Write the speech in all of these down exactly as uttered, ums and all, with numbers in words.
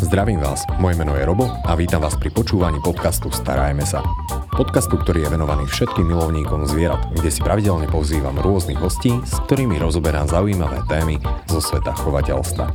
Zdravím vás, moje meno je Robo a vítam vás pri počúvaní podcastu Starajme sa. Podcastu, ktorý je venovaný všetkým milovníkom zvierat, kde si pravidelne pozývam rôznych hostí, s ktorými rozoberám zaujímavé témy zo sveta chovateľstva.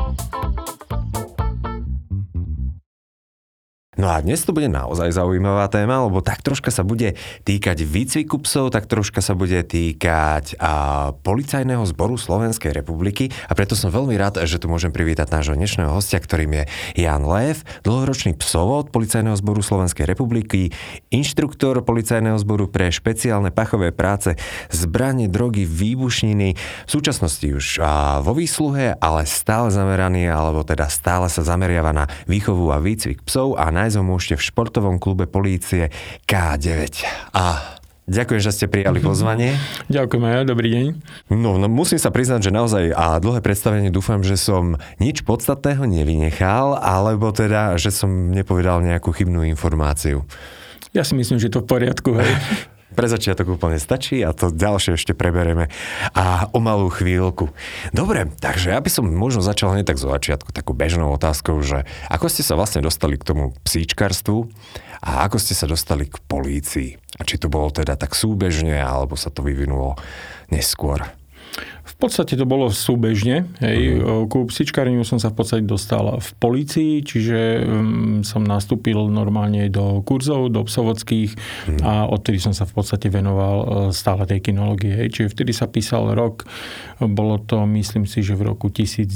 No a dnes to bude naozaj zaujímavá téma, lebo tak troška sa bude týkať výcviku psov, tak troška sa bude týkať a, Policajného zboru Slovenskej republiky a preto som veľmi rád, že tu môžem privítať nášho dnešného hostia, ktorým je Ján Lév, dlhoročný psovod Policajného zboru Slovenskej republiky, inštruktor Policajného zboru pre špeciálne pachové práce, zbrane, drogy, výbušniny, v súčasnosti už a, vo výsluhe, ale stále zameraný, alebo teda stále sa zameriava na výchovu a výcvik psov a nájsť ho môžete v športovom klube polície ká deväť. A ďakujem, že ste prijali pozvanie. Ďakujem aj, dobrý deň. No, no musím sa priznať, že naozaj a dlhé predstavenie dúfam, že som nič podstatného nevynechal, alebo teda, že som nepovedal nejakú chybnú informáciu. Ja si myslím, že to v poriadku, hej. Pre začiatok úplne stačí a to ďalšie ešte prebereme a o malú chvíľku. Dobre, takže ja by som možno začal hneď tak zo začiatku takou bežnou otázkou, že ako ste sa vlastne dostali k tomu psíčkarstvu a ako ste sa dostali k polícii? A či to bolo teda tak súbežne, alebo sa to vyvinulo neskôr? V podstate to bolo súbežne. Hej. Uh-huh. Ku psíčkareniu som sa v podstate dostal v polícii, čiže um, som nastúpil normálne do kurzov, do psovodských uh-huh. a odtedy som sa v podstate venoval stále tej kinológie. Hej. Čiže vtedy sa písal rok, bolo to, myslím si, že v roku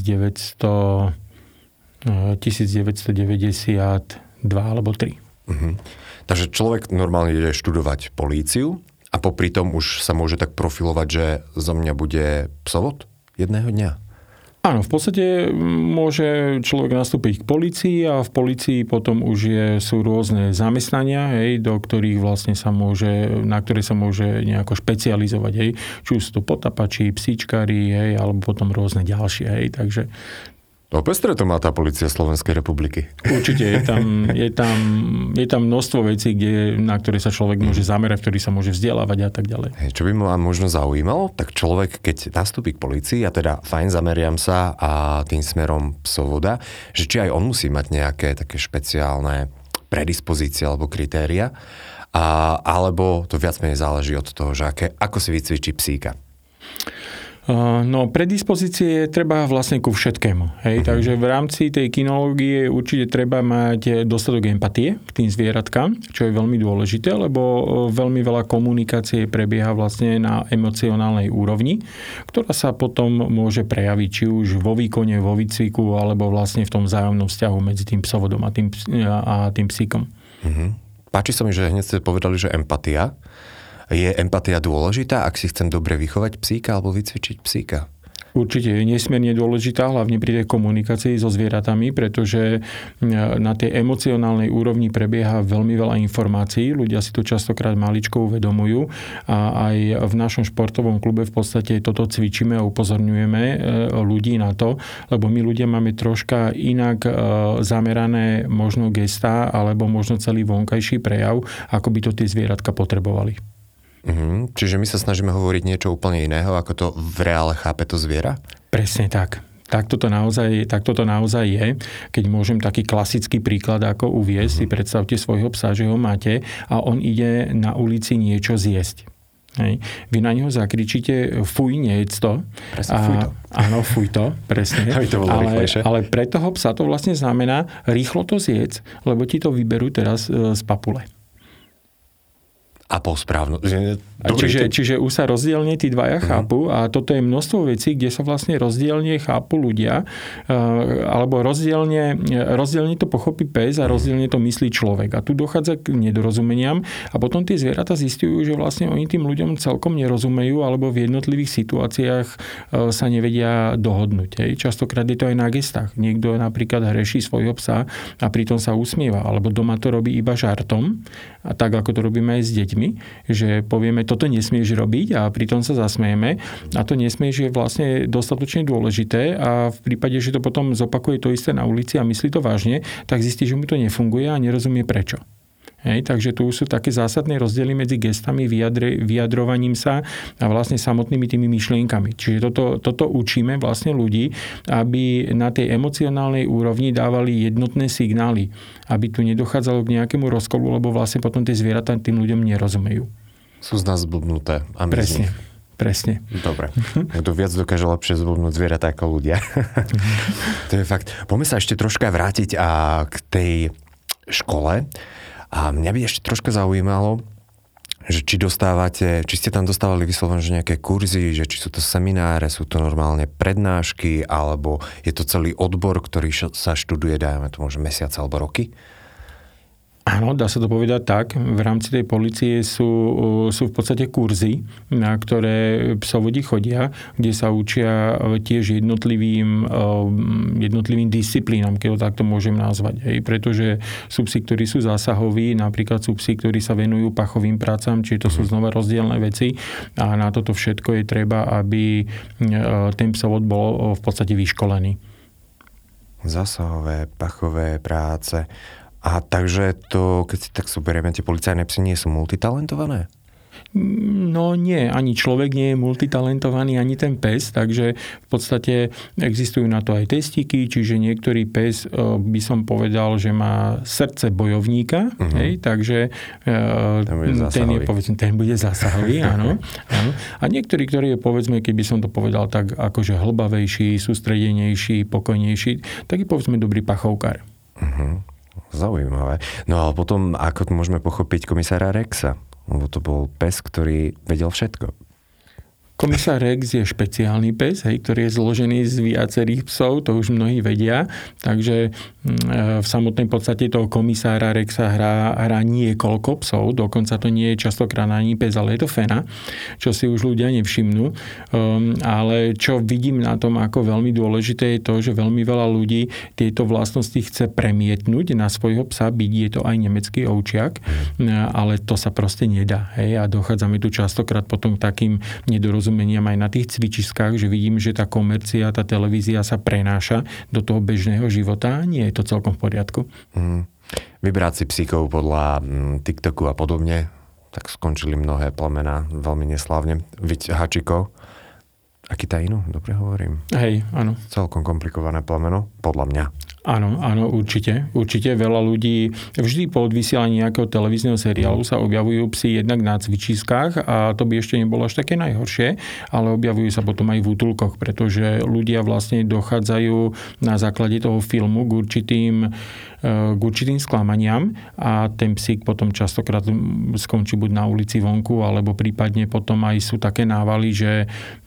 devätnásťstodeväťdesiatdva alebo tri. Uh-huh. Takže človek normálne ide študovať políciu, a popri tom už sa môže tak profilovať, že zo mňa bude psovod jedného dňa? Áno, v podstate môže človek nastúpiť k polícii a v polícii potom už je, sú rôzne zamestnania, hej, do ktorých vlastne sa môže, na ktoré sa môže nejako špecializovať. Hej. Či už sú to potapači, psíčkári, hej, alebo potom rôzne ďalšie. Hej. Takže No pestre to má tá polícia Slovenskej republiky. Určite je tam, je tam, je tam množstvo vecí, kde, na ktoré sa človek môže zamerať, v ktorých sa môže vzdelávať a tak ďalej. Hej, čo by ma možno zaujímalo, tak človek, keď nastúpi k polícii, a teda fajn, zameriam sa a tým smerom psovoda, že či aj on musí mať nejaké také špeciálne predispozície alebo kritéria, a, alebo to viac menej záleží od toho, že aké, ako si vycvičí psíka. No, predispozície treba vlastne ku všetkému. Hej? Uh-huh. Takže v rámci tej kinológie určite treba mať dostatok empatie k tým zvieratkám, čo je veľmi dôležité, lebo veľmi veľa komunikácie prebieha vlastne na emocionálnej úrovni, ktorá sa potom môže prejaviť či už vo výkone, vo výcviku, alebo vlastne v tom vzájomnom vzťahu medzi tým psovodom a tým, a tým psíkom. Uh-huh. Páči sa mi, že hneď ste povedali, že empatia. Je empatia dôležitá, ak si chcem dobre vychovať psíka alebo vycvičiť psíka? Určite je nesmierne dôležitá, hlavne pri tej komunikácii so zvieratami, pretože na tej emocionálnej úrovni prebieha veľmi veľa informácií. Ľudia si to častokrát maličko uvedomujú a aj v našom športovom klube v podstate toto cvičíme a upozorňujeme ľudí na to, lebo my ľudia máme troška inak zamerané možno gestá alebo možno celý vonkajší prejav, ako by to tie zvieratka potrebovali. Mhm. Čiže my sa snažíme hovoriť niečo úplne iného, ako to v reále chápe to zviera? Presne tak. Tak toto naozaj, tak toto naozaj je. Keď môžem taký klasický príklad ako uviesť, si predstavte svojho psa, že ho máte a on ide na ulici niečo zjesť. Hej. Vy na neho zakričíte fuj, nejedz to. Presne, fuj to. Áno, fuj to, presne. to ale, ale pre toho psa to vlastne znamená rýchlo to zjedz, lebo ti to vyberú teraz z papule. A po správnu. Čiže, čiže už sa rozdielne tí dvaja uh-huh. chápu a toto je množstvo vecí, kde sa vlastne rozdielne chápu ľudia, alebo rozdielne, rozdielne to pochopí pes a rozdielne to myslí človek. A tu dochádza k nedorozumeniam a potom tie zvieratá zistujú, že vlastne oni tým ľuďom celkom nerozumejú alebo v jednotlivých situáciách sa nevedia dohodnúť. Hej. Častokrát je to aj na gestách. Niekto napríklad hreší svojho psa a pritom sa usmieva, alebo doma to robí iba žartom, a tak ako to robíme aj s deťmi, že povieme, toto nesmieš robiť a pritom sa zasmejeme a to nesmieš je vlastne dostatočne dôležité a v prípade, že to potom zopakuje to isté na ulici a myslí to vážne, tak zistí, že mu to nefunguje a nerozumie prečo. Hej, takže tu sú také zásadné rozdiely medzi gestami, vyjadre, vyjadrovaním sa a vlastne samotnými tými myšlienkami. Čiže toto, toto učíme vlastne ľudí, aby na tej emocionálnej úrovni dávali jednotné signály, aby tu nedochádzalo k nejakému rozkolu, lebo vlastne potom tie zvieratá tým ľuďom nerozumejú. Sú z nás zblbnuté. A my Presne. Presne. Dobre. Kto viac dokáže lepšie zblbnúť zvieratá ako ľudia. To je fakt. Poďme sa ešte troška vrátiť a k tej škole. A mňa by ešte troška zaujímalo, že či dostávate, či ste tam dostávali vyslovene že nejaké kurzy, že či sú to semináre, sú to normálne prednášky, alebo je to celý odbor, ktorý sa študuje, dajme to možno mesiac alebo roky? Áno, dá sa to povedať tak. V rámci tej polície sú, sú v podstate kurzy, na ktoré psovodi chodia, kde sa učia tiež jednotlivým, jednotlivým disciplínam, keď to takto môžem nazvať. Hej. Pretože sú psi, ktorí sú zásahoví, napríklad sú psi, ktorí sa venujú pachovým prácam, čiže to sú znova rozdielne veci a na toto všetko je treba, aby ten psovod bol v podstate vyškolený. Zásahové, pachové práce. A takže to, keď si tak zoberieme, tie policajné psy nie sú multitalentované? No nie, ani človek nie je multitalentovaný, ani ten pes, takže v podstate existujú na to aj testiky, čiže niektorý pes by som povedal, že má srdce bojovníka, uh-huh. hej, takže ten, ten, je, povedzme, ten bude zásahový, áno, áno. A niektorý, ktorý je, povedzme, keby som to povedal tak akože hlbavejší, sústredenejší, pokojnejší, tak je, povedzme, dobrý pachovkár. Uh-huh. Zaujímavé. No ale potom, ako môžeme pochopiť komisára Rexa? Lebo to bol pes, ktorý vedel všetko. Komisár Rex je špeciálny pes, hej, ktorý je zložený z viacerých psov, to už mnohí vedia, takže v samotnej podstate toho komisára Rexa hrá, hrá niekoľko psov, dokonca to nie je častokrát ani pes, ale je to fena, čo si už ľudia nevšimnú. Um, ale čo vidím na tom ako veľmi dôležité je to, že veľmi veľa ľudí tieto vlastnosti chce premietnúť na svojho psa, byť je to aj nemecký ovčiak, ale to sa proste nedá. Hej, a dochádzame tu častokrát potom k takým nedorozumeniam aj na tých cvičiskách, že vidím, že tá komercia, tá televízia sa prenáša do toho bežného života. Nie je to celkom v poriadku. Mm. Vybrať si psíkov podľa mm, TikToku a podobne, tak skončili mnohé plemená veľmi neslávne. Viď Hačiko, Akitajinu, dobre hovorím? Hej, áno. Celkom komplikované plemeno, podľa mňa. Áno, áno, určite. Určite veľa ľudí, vždy po odvysielaní nejakého televízneho seriálu sa objavujú psi jednak na cvičiskách a to by ešte nebolo až také najhoršie, ale objavujú sa potom aj v útulkoch, pretože ľudia vlastne dochádzajú na základe toho filmu k určitým, k určitým sklamaniam a ten psík potom častokrát skončí buď na ulici vonku, alebo prípadne potom aj sú také návaly, že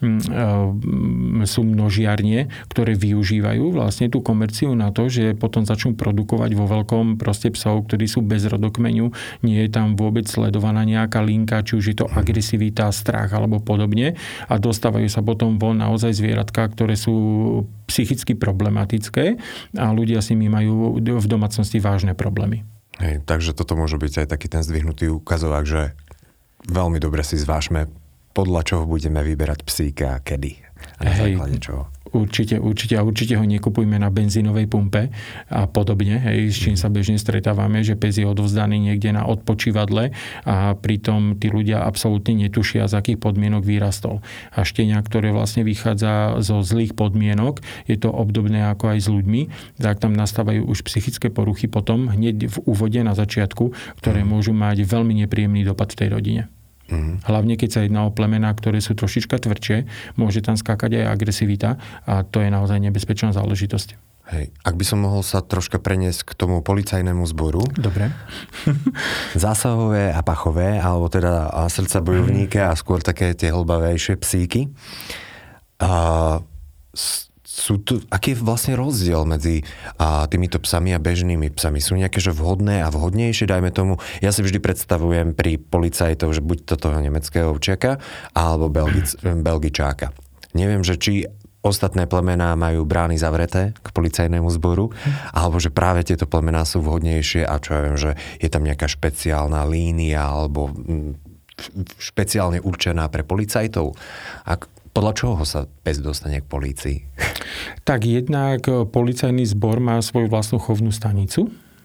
sú množiarne, ktoré využívajú vlastne tú komerciu na to, že potom začnú produkovať vo veľkom proste psov, ktorí sú bez rodokmeňu. Nie je tam vôbec sledovaná nejaká linka, či už je to agresivita, strach alebo podobne. A dostávajú sa potom von naozaj zvieratka, ktoré sú psychicky problematické a ľudia s nimi majú v domácnosti vážne problémy. Hej, takže toto môže byť aj taký ten zdvihnutý ukazovák, že veľmi dobre si zvážme, podľa čoho budeme vyberať psíka a kedy. A na Hej, základe čoho. Určite, určite a určite ho nekupujme na benzínovej pumpe a podobne, hej, s čím sa bežne stretávame, že pes je odovzdaný niekde na odpočívadle a pritom tí ľudia absolútne netušia, z akých podmienok vyrastol. A štenia, ktoré vlastne vychádza zo zlých podmienok, je to obdobné ako aj s ľuďmi, tak tam nastávajú už psychické poruchy potom hneď v úvode na začiatku, ktoré môžu mať veľmi nepríjemný dopad v tej rodine. Mm. Hlavne keď sa jedná o plemená, ktoré sú trošička tvrdšie, môže tam skákať aj agresivita a to je naozaj nebezpečná záležitosť. Hej, ak by som mohol sa troška preniesť k tomu policajnému zboru. Dobre. Zásahové a pachové, alebo teda srdca bojovníka a skôr také tie hlbavejšie psíky. A sú tu, aký je vlastne rozdiel medzi a, týmito psami a bežnými psami? Sú nejaké že vhodné a vhodnejšie? Dajme tomu, ja si vždy predstavujem pri policajtov, že buď to toho nemeckého ovčiaka, alebo Belgic, Belgičáka. Neviem, že či ostatné plemená majú brány zavreté k policajnému zboru, alebo že práve tieto plemená sú vhodnejšie a čo ja viem, že je tam nejaká špeciálna línia alebo špeciálne určená pre policajtov. Ak podľa čoho sa pes dostane k polícii? Tak jednak policajný zbor má svoju vlastnú chovnú stanicu.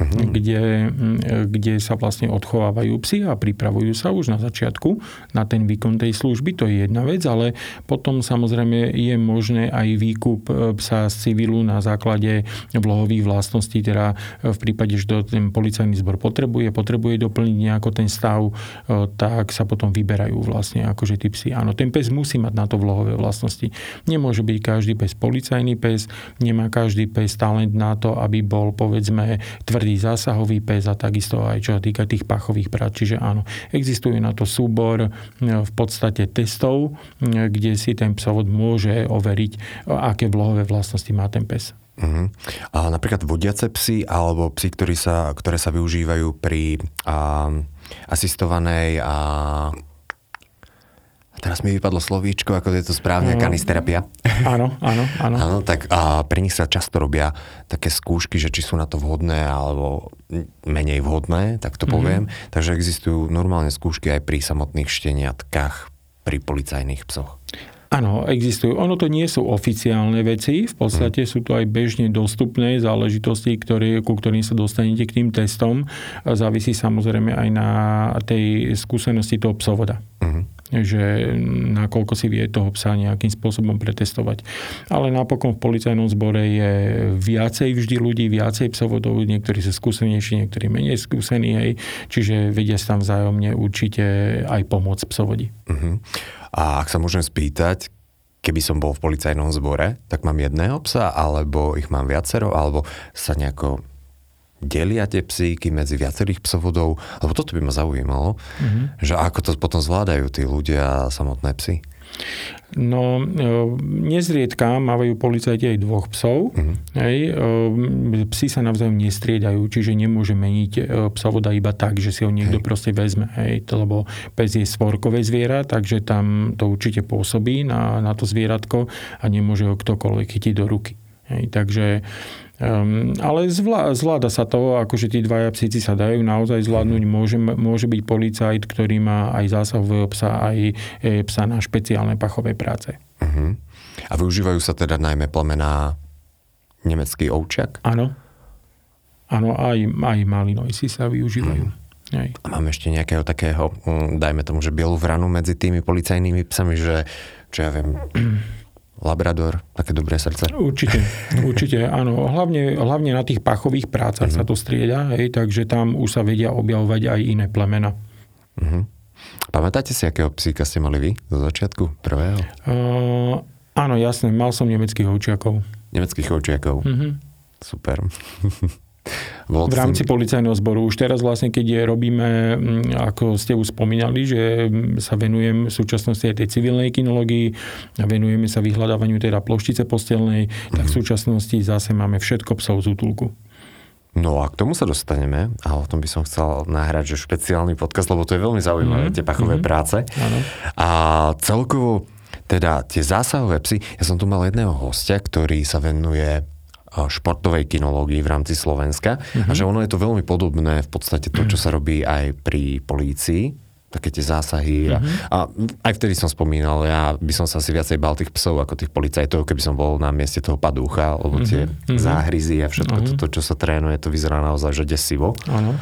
uh-huh. kde, kde sa vlastne odchovávajú psi a pripravujú sa už na začiatku na ten výkon tej služby. To je jedna vec, ale potom samozrejme je možné aj výkup psa z civilu na základe vlohových vlastností, teda v prípade, že to ten policajný zbor potrebuje, potrebuje doplniť nejako ten stav, tak sa potom vyberajú vlastne akože tí psi. Áno, ten pes musí mať na to vlohové vlastnosti. Nemôže byť každý pes policajný pes, nemá každý pes talent na to, aby bol povedzme tvrdý zásahový pes a takisto aj čo sa týka tých pachových prác. Čiže áno, existuje na to súbor v podstate testov, kde si ten psovod môže overiť, aké vlohové vlastnosti má ten pes. Uh-huh. A napríklad vodiace psy alebo psy, ktorí sa, ktoré sa využívajú pri a, asistovanej a teraz mi vypadlo slovíčko, ako je to správne, no, kanisterapia. Áno, áno, áno. Áno, tak a pri nich sa často robia také skúšky, že či sú na to vhodné alebo menej vhodné, tak to poviem. Mm-hmm. Takže existujú normálne skúšky aj pri samotných šteniatkách, pri policajných psoch. Áno, existujú. Ono to nie sú oficiálne veci, v podstate mm. sú to aj bežne dostupné záležitosti, ktoré, ku ktorým sa dostanete k tým testom. Závisí samozrejme aj na tej skúsenosti toho psovoda. Mm. Že nakoľko si vie toho psa nejakým spôsobom pretestovať. Ale napokon v policajnom zbore je viacej vždy ľudí, viacej psovodov, niektorí sú skúsenejší, niektorí menej skúsení, hej. Čiže vedia sa tam vzájomne určite aj pomôcť psovodi. Uh-huh. A ak sa môžem spýtať, keby som bol v policajnom zbore, tak mám jedného psa, alebo ich mám viacero, alebo sa nejako delia tie psíky medzi viacerých psovodov, lebo toto by ma zaujímalo, mm-hmm. že ako to potom zvládajú tí ľudia a samotné psy. No, nezriedka mávajú policajti aj dvoch psov. Mm-hmm. Hej, psi sa navzájom nestriedajú, čiže nemôže meniť psovoda iba tak, že si ho niekto hej. proste vezme. Hej, to, lebo pes je svorkové zviera, takže tam to určite pôsobí na, na to zvieratko a nemôže ho ktokoľvek chytiť do ruky. Hej, takže Um, ale zvlá, zvláda sa to, akože tí dvaja psíci sa dajú naozaj zvládnuť. Môže, môže byť policajt, ktorý má aj zásahového psa, aj e, psa na špeciálne pachové práce. Uh-huh. A využívajú sa teda najmä plemená nemecký ovčiak? Áno. Áno, aj, aj Malinojsi sa využívajú. Uh-huh. Aj. A máme ešte nejakého takého, dajme tomu, že bielu vranu medzi tými policajnými psami, že čo ja viem... Labrador, také dobré srdce. Určite, určite, áno. Hlavne, hlavne na tých pachových prácach uh-huh. sa to strieda, hej, takže tam už sa vedia objavovať aj iné plemena. Uh-huh. Pamätáte si, akého psíka ste mali vy zo začiatku prvého? Uh, áno, jasné, mal som nemeckých ovčiakov. Nemeckých ovčiakov. Uh-huh. Super. V rámci policajného zboru. Už teraz vlastne, keď robíme, ako ste už spomínali, že sa venujem v súčasnosti aj tej civilnej kinológii a venujeme sa vyhľadávaniu teda ploštice postelnej, mm-hmm. tak v súčasnosti zase máme všetko psov z útulku. No a k tomu sa dostaneme, a o tom by som chcel nahrať, že špeciálny podcast, lebo to je veľmi zaujímavé, mm-hmm. tie pachové mm-hmm. práce. Áno. A celkovo teda tie zásahové psy, ja som tu mal jedného hostia, ktorý sa venuje športovej kinológii v rámci Slovenska. Uh-huh. A že ono je to veľmi podobné v podstate to, čo sa robí aj pri polícii. Také tie zásahy. Uh-huh. A, a aj vtedy som spomínal, ja by som sa asi viacej bál tých psov ako tých policajtov, keby som bol na mieste toho padúcha, lebo tie uh-huh. záhryzy a všetko uh-huh. toto, čo sa trénuje, to vyzerá naozaj, že desivo. Áno.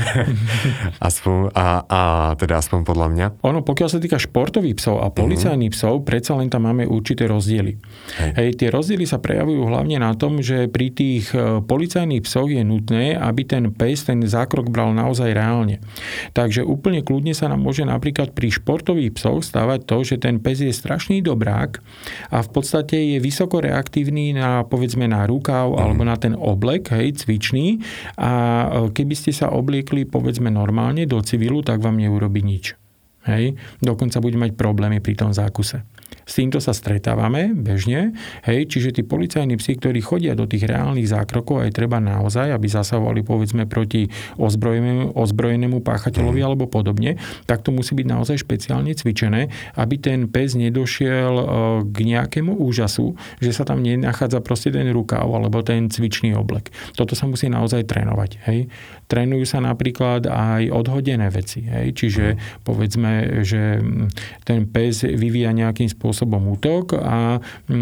aspoň, a, a teda aspoň podľa mňa. Ono, pokiaľ sa týka športových psov a policajných uh-huh. psov, predsa len tam máme určité rozdiely. Hej. Hej, tie rozdiely sa prejavujú hlavne na tom, že pri tých policajných psoch je nutné, aby ten pes ten zákrok bral naozaj reálne. Takže úplne kľudne sa nám môže napríklad pri športových psoch stávať to, že ten pes je strašný dobrák a v podstate je vysoko reaktívny na, povedzme, na rukav mm. alebo na ten oblek, hej, cvičný, a keby ste sa obliekli, povedzme, normálne do civilu, tak vám neurobi nič. Hej, dokonca bude mať problémy pri tom zákuse. S týmto sa stretávame bežne, hej, čiže tí policajní psi, ktorí chodia do tých reálnych zákrokov, aj treba naozaj, aby zasahovali, povedzme, proti ozbrojenému, ozbrojenému páchateľovi mm. alebo podobne, tak to musí byť naozaj špeciálne cvičené, aby ten pes nedošiel k nejakému úžasu, že sa tam nenachádza proste ten rukav alebo ten cvičný oblek. Toto sa musí naozaj trénovať, hej. Trénujú sa napríklad aj odhodené veci, hej, čiže povedzme povedzme, že ten pes vyvíja nejakým spôsobom útok a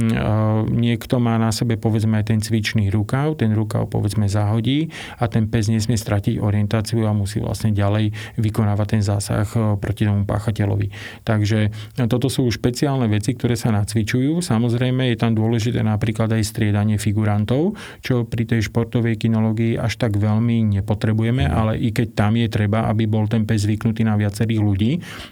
niekto má na sebe povedzme aj ten cvičný rukav, ten rukav povedzme zahodí a ten pes nesmie stratiť orientáciu a musí vlastne ďalej vykonávať ten zásah proti tomu páchateľovi. Takže toto sú špeciálne veci, ktoré sa nacvičujú. Samozrejme je tam dôležité napríklad aj striedanie figurantov, čo pri tej športovej kinológii až tak veľmi nepotrebujeme, ale i keď tam je treba, aby bol ten pes zvyknutý na viacerých ľudí,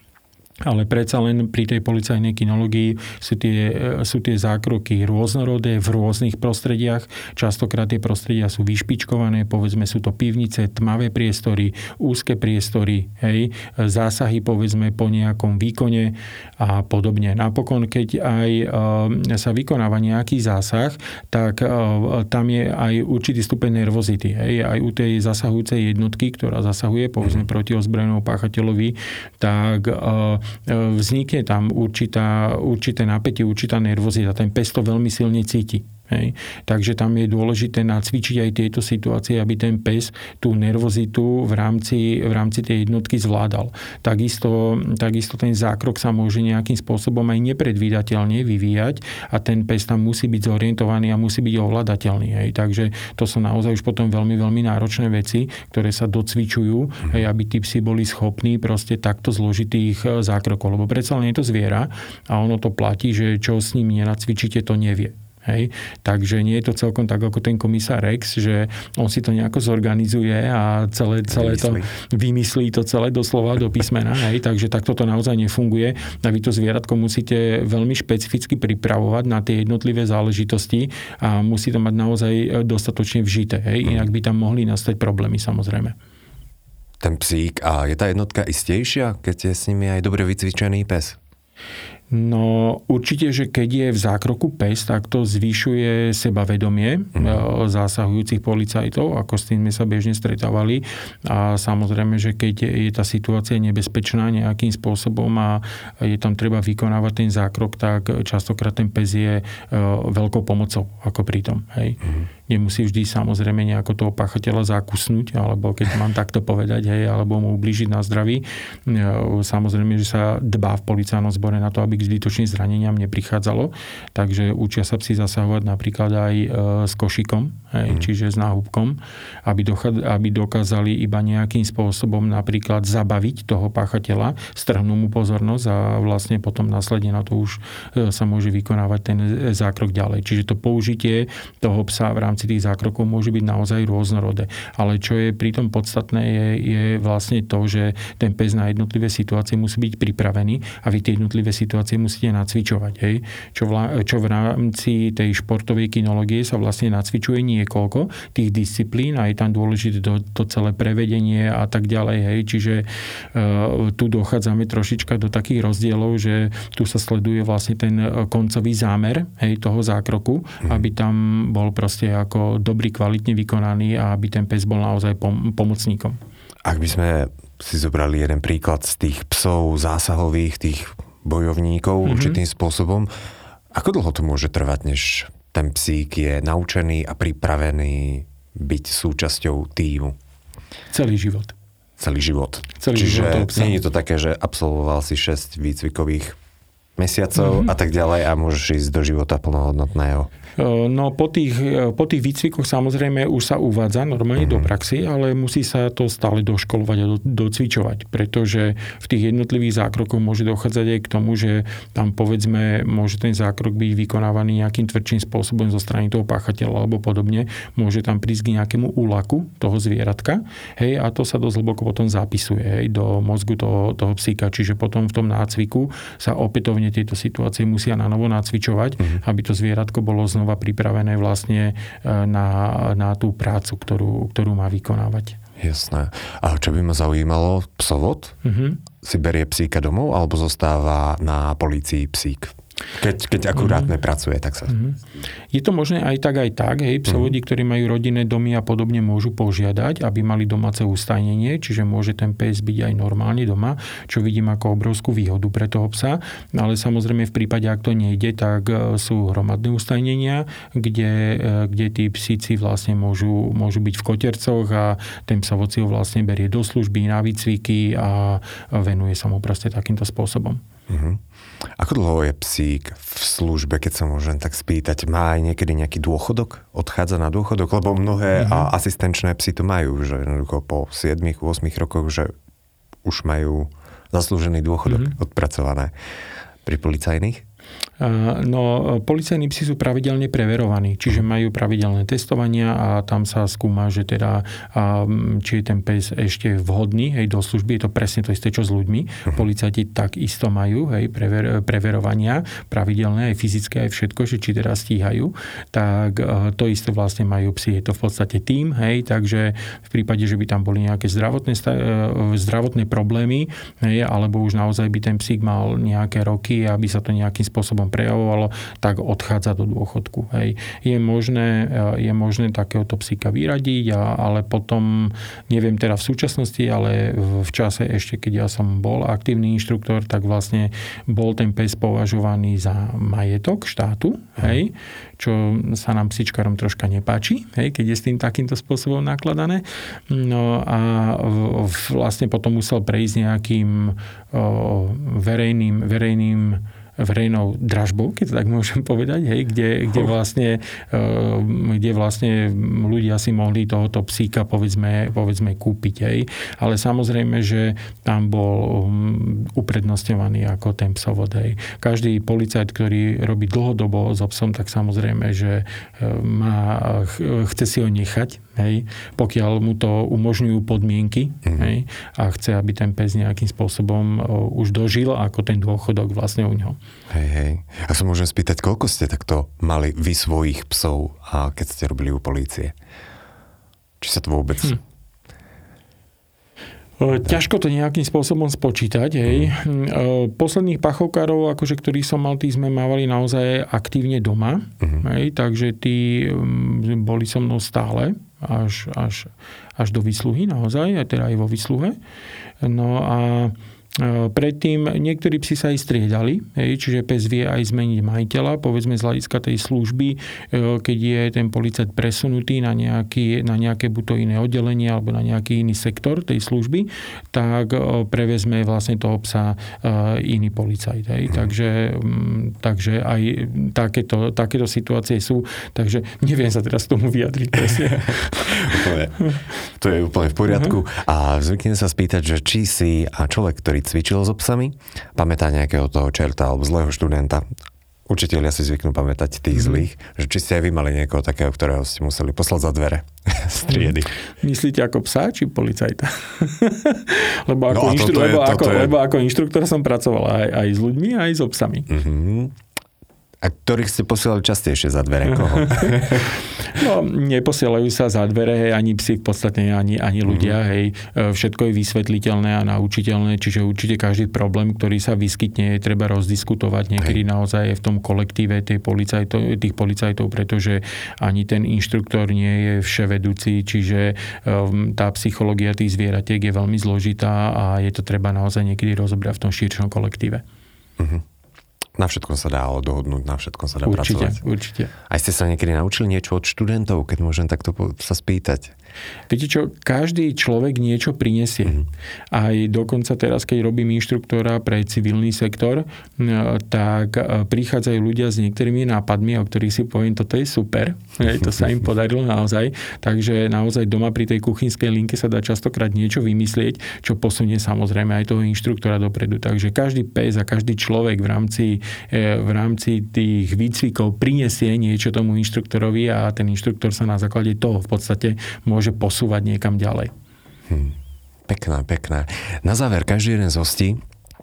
ale predsa len pri tej policajnej kinológii sú tie, sú tie zákroky rôznorodé v rôznych prostrediach. Častokrát tie prostredia sú vyšpičkované, povedzme sú to pivnice, tmavé priestory, úzke priestory, hej, zásahy povedzme po nejakom výkone a podobne. Napokon, keď aj e, sa vykonáva nejaký zásah, tak e, tam je aj určitý stupeň nervozity. Hej. Aj u tej zasahujúcej jednotky, ktorá zasahuje povedzme proti ozbrojenému páchateľovi, tak e, vznikne tam určitá, určité napätie, určitá nervozita. Ten pes to veľmi silne cíti. Hej. Takže tam je dôležité nacvičiť aj tieto situácie, aby ten pes tú nervozitu v rámci, v rámci tej jednotky zvládal. Takisto, takisto ten zákrok sa môže nejakým spôsobom aj nepredvídateľne vyvíjať a ten pes tam musí byť zorientovaný a musí byť ovládateľný. Hej. Takže to sú naozaj už potom veľmi, veľmi náročné veci, ktoré sa docvičujú, hej, aby tí psi boli schopní proste takto zložitých zákrokov. Lebo predsa len je to zviera a ono to platí, že čo s ním nenacvičíte, to nevie. Hej. Takže nie je to celkom tak, ako ten komisár Rex, že on si to nejako zorganizuje a celé, celé to vymyslí to celé doslova do písmena. Hej. Takže takto to naozaj nefunguje. A vy to zvieratko musíte veľmi špecificky pripravovať na tie jednotlivé záležitosti a musí to mať naozaj dostatočne vžité. Hej. Inak by tam mohli nastať problémy, samozrejme. Ten psík, a je tá jednotka istejšia, keď je s nimi aj dobre vycvičený pes? No určite, že keď je v zákroku pes, tak to zvyšuje sebavedomie mm. zásahujúcich policajtov, ako s tým sme sa bežne stretávali. A samozrejme, že keď je tá situácia nebezpečná nejakým spôsobom a je tam treba vykonávať ten zákrok, tak častokrát ten pes je veľkou pomocou ako pri tom. Hej. Mm. Nemusí vždy samozrejme nejako toho páchateľa zakusnúť, alebo keď mám takto povedať, hej, alebo mu ublížiť na zdraví. Samozrejme, že sa dbá v policajnom zbore na to, aby k zbytočným zraneniam neprichádzalo. Takže učia sa psi zasahovať napríklad aj s košikom, hej, mm. čiže s náhubkom, aby, dochá- aby dokázali iba nejakým spôsobom napríklad zabaviť toho páchateľa, strhnú mu pozornosť a vlastne potom následne na to už sa môže vykonávať ten zákrok ďalej. Čiže to použitie toho psa v rámci tých zákrokov môže byť naozaj rôznorodé. Ale čo je pritom podstatné je, je vlastne to, že ten pes na jednotlivé situácie musí byť pripravený a vy tie jednotlivé situácie musíte nacvičovať. Hej? Čo, v, čo v rámci tej športovej kinológie sa vlastne nacvičuje niekoľko tých disciplín a je tam dôležité to, to celé prevedenie a tak ďalej. Hej? Čiže e, tu dochádzame trošička do takých rozdielov, že tu sa sleduje vlastne ten koncový zámer, hej, toho zákroku, mm. aby tam bol proste ako dobrý, kvalitne vykonaný a aby ten pes bol naozaj pom- pomocníkom. Ak by sme si zobrali jeden príklad z tých psov zásahových, tých bojovníkov mm-hmm. určitým spôsobom, ako dlho to môže trvať, než ten psík je naučený a pripravený byť súčasťou tímu? Celý život. Celý život. Celý Čiže život nie je to také, že absolvoval si šesť výcvikových mesiacov mm-hmm. a tak ďalej a môžeš ísť do života plnohodnotného. No po tých, po tých výcvikoch samozrejme už sa uvádza normálne mm-hmm. do praxi, ale musí sa to stále doškolovať a do, docvičovať, pretože v tých jednotlivých zákrokoch môže dochádzať aj k tomu, že tam povedzme môže ten zákrok byť vykonávaný nejakým tvrdším spôsobom zo strany toho páchateľa alebo podobne. Môže tam prísť k nejakému úlaku toho zvieratka, hej, a to sa dosť hlboko potom zapisuje, hej, do mozgu toho, toho psíka. Čiže potom v tom nácviku sa opätovne tieto situácie musia na novo nacvičovať, mm-hmm. aby to zvieratko bolo znova pripravené vlastne na, na tú prácu, ktorú, ktorú má vykonávať. Jasné. A čo by ma zaujímalo, psovod mm-hmm. si berie psíka domov alebo zostáva na polícii psík? Keď, keď akurát mm-hmm. nepracuje, tak sa... Mm-hmm. Je to možné aj tak, aj tak. Hej, psovodi, mm-hmm. ktorí majú rodinné domy a podobne, môžu požiadať, aby mali domáce ustajnenie, čiže môže ten pes byť aj normálne doma, čo vidím ako obrovskú výhodu pre toho psa. Ale samozrejme v prípade, ak to nejde, tak sú hromadné ustajnenia, kde, kde tí psíci vlastne môžu, môžu byť v kotercoch a ten psovod si ho vlastne berie do služby, na výcviky a venuje sa mu proste takýmto spôsobom. Mm-hmm. Ako dlho je psík v službe, keď sa môžem tak spýtať? Má aj niekedy nejaký dôchodok? Odchádza na dôchodok? Lebo mnohé mm-hmm. asistenčné psy to majú, že po siedmich ôsmich rokoch, že už majú zaslúžený dôchodok mm-hmm. odpracované. Pri policajných? No, policajní psi sú pravidelne preverovaní, čiže majú pravidelné testovania a tam sa skúma, že teda či je ten pes ešte vhodný, hej, do služby. Je to presne to isté, čo s ľuďmi. Policajti takisto majú, hej, prever, preverovania pravidelné, aj fyzické, aj všetko, že či teda stíhajú. Tak to isté vlastne majú psi. Je to v podstate tím, hej, takže v prípade, že by tam boli nejaké zdravotné, zdravotné problémy, hej, alebo už naozaj by ten psík mal nejaké roky, aby sa to nejakým spôsobom prejavovalo, tak odchádza do dôchodku. Hej. Je možné, je možné takéhoto psíka vyradiť, a, ale potom, neviem teda v súčasnosti, ale v čase ešte, keď ja som bol aktívny inštruktor, tak vlastne bol ten pes považovaný za majetok štátu, hej, čo sa nám psičkarom troška nepáči, hej, keď je s tým takýmto spôsobom nakladané. No a vlastne potom musel prejsť nejakým o, verejným, verejným verejnou dražbou, keď to tak môžem povedať, hej, kde, kde, vlastne, kde vlastne ľudia si mohli tohoto psíka povedzme, povedzme kúpiť. Hej. Ale samozrejme, že tam bol uprednostňovaný ako ten psovod. Hej. Každý policajt, ktorý robí dlhodobo so psom, tak samozrejme, že má, chce si ho nechať, hej, pokiaľ mu to umožňujú podmienky, mm-hmm. hej, a chce, aby ten pes nejakým spôsobom už dožil ako ten dôchodok vlastne u ňoho. Hej, hej. A sa môžem spýtať, koľko ste takto mali vy svojich psov, a keď ste robili u polície? Či sa to vôbec... Hm. Ťažko to nejakým spôsobom spočítať. Hej. Mm. Posledných pachovkárov, akože, ktorých som mal, tí sme mávali naozaj aktívne doma. Mm. Hej, takže tí boli so mnou stále až, až, až do výsluhy naozaj, aj teda aj vo výsluhe. No a predtým niektorí psi sa aj striedali, hej, čiže pes vie aj zmeniť majiteľa, povedzme z hľadiska tej služby, keď je ten policajt presunutý na, nejaký, na nejaké buď to iné oddelenie alebo na nejaký iný sektor tej služby, tak prevezme vlastne toho psa iný policajt. Hej. Takže, takže aj takéto, takéto situácie sú, takže neviem sa teraz tomu vyjadriť presne. To je úplne v poriadku. Uh-huh. A zvyknem sa spýtať, že či si a človek, ktorý cvičil so psami, pamätá nejakého toho čerta alebo zlého študenta. Učitelia si zvyknú pamätať tých zlých, že či ste aj vy mali niekoho takého, ktorého ste museli poslať za dvere z triedy. Myslíte ako psa, či policajta? lebo, ako no inštru... je, lebo, ako, je... lebo ako inštruktor som pracoval aj, aj s ľuďmi, aj so psami. Mhm. A ktorých ste posielali častejšie za dvere? Koho? No, neposielajú sa za dvere, hej, ani psi v podstate, ani, ani ľudia. Mm-hmm. Hej. Všetko je vysvetliteľné a naučiteľné, čiže určite každý problém, ktorý sa vyskytne, je treba rozdiskutovať niekedy hej. naozaj v tom kolektíve tých policajtov, tých policajtov, pretože ani ten inštruktor nie je vševedúci, čiže tá psychológia tých zvieratiek je veľmi zložitá a je to treba naozaj niekedy rozobrať v tom širšom kolektíve. Mm-hmm. Na všetkom sa dá dohodnúť, na všetkom sa dá určite, pracovať. Určite, určite. Aj ste sa niekedy naučili niečo od študentov, keď môžem takto sa spýtať? Viete čo, každý človek niečo prinesie. Mm-hmm. Aj dokonca teraz, keď robím inštruktora pre civilný sektor, tak prichádzajú ľudia s niektorými nápadmi, o ktorých si poviem, toto je super. To sa im podarilo naozaj. Takže naozaj doma pri tej kuchynskej linke sa dá častokrát niečo vymyslieť, čo posunie samozrejme aj toho inštruktora dopredu. Takže každý pes a každý človek v rámci, v rámci tých výcvikov prinesie niečo tomu inštruktorovi a ten inštruktor sa na základe toho v podstate môže môže posúvať niekam ďalej. Hmm. Pekná, pekná. Na záver, každý jeden z hostí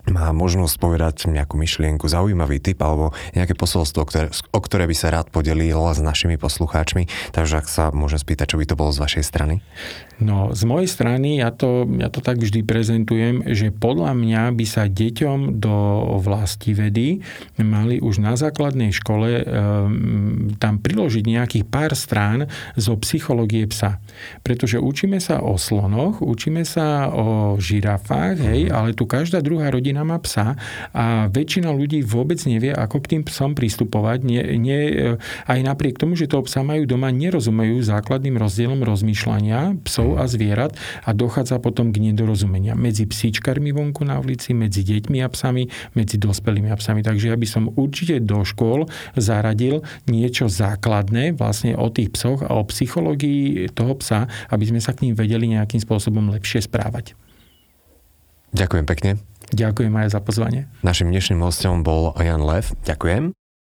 má možnosť povedať nejakú myšlienku, zaujímavý tip alebo nejaké posolstvo, ktoré, o ktoré by sa rád podelil s našimi poslucháčmi. Takže ak sa môžem spýtať, čo by to bolo z vašej strany? No, z mojej strany, ja to, ja to tak vždy prezentujem, že podľa mňa by sa deťom do vlastivedy mali už na základnej škole e, tam priložiť nejakých pár strán zo psychológie psa. Pretože učíme sa o slonoch, učíme sa o žirafách, hej, ale tu každá druhá rodina má psa a väčšina ľudí vôbec nevie, ako k tým psom pristupovať. Nie, nie, aj napriek tomu, že toho psa majú doma, nerozumejú základným rozdielom rozmýšľania psov a zvierat a dochádza potom k nedorozumenia medzi psíčkarmi vonku na ulici, medzi deťmi a psami, medzi dospelými a psami. Takže ja by som určite do škôl zaradil niečo základné vlastne o tých psoch a o psychológii toho psa, aby sme sa k ním vedeli nejakým spôsobom lepšie správať. Ďakujem pekne. Ďakujem aj za pozvanie. Našim dnešným hostom bol Jan Lev. Ďakujem.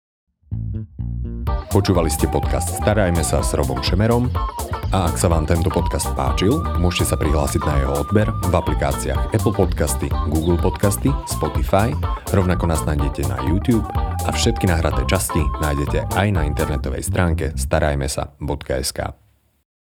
Počúvali ste podcast Starajme sa s Robom Šemerom a ak sa vám tento podcast páčil, môžete sa prihlásiť na jeho odber v aplikáciách Apple Podcasty, Google Podcasty, Spotify, rovnako nás nájdete na YouTube a všetky nahraté časti nájdete aj na internetovej stránke starajmesa bodka es ká.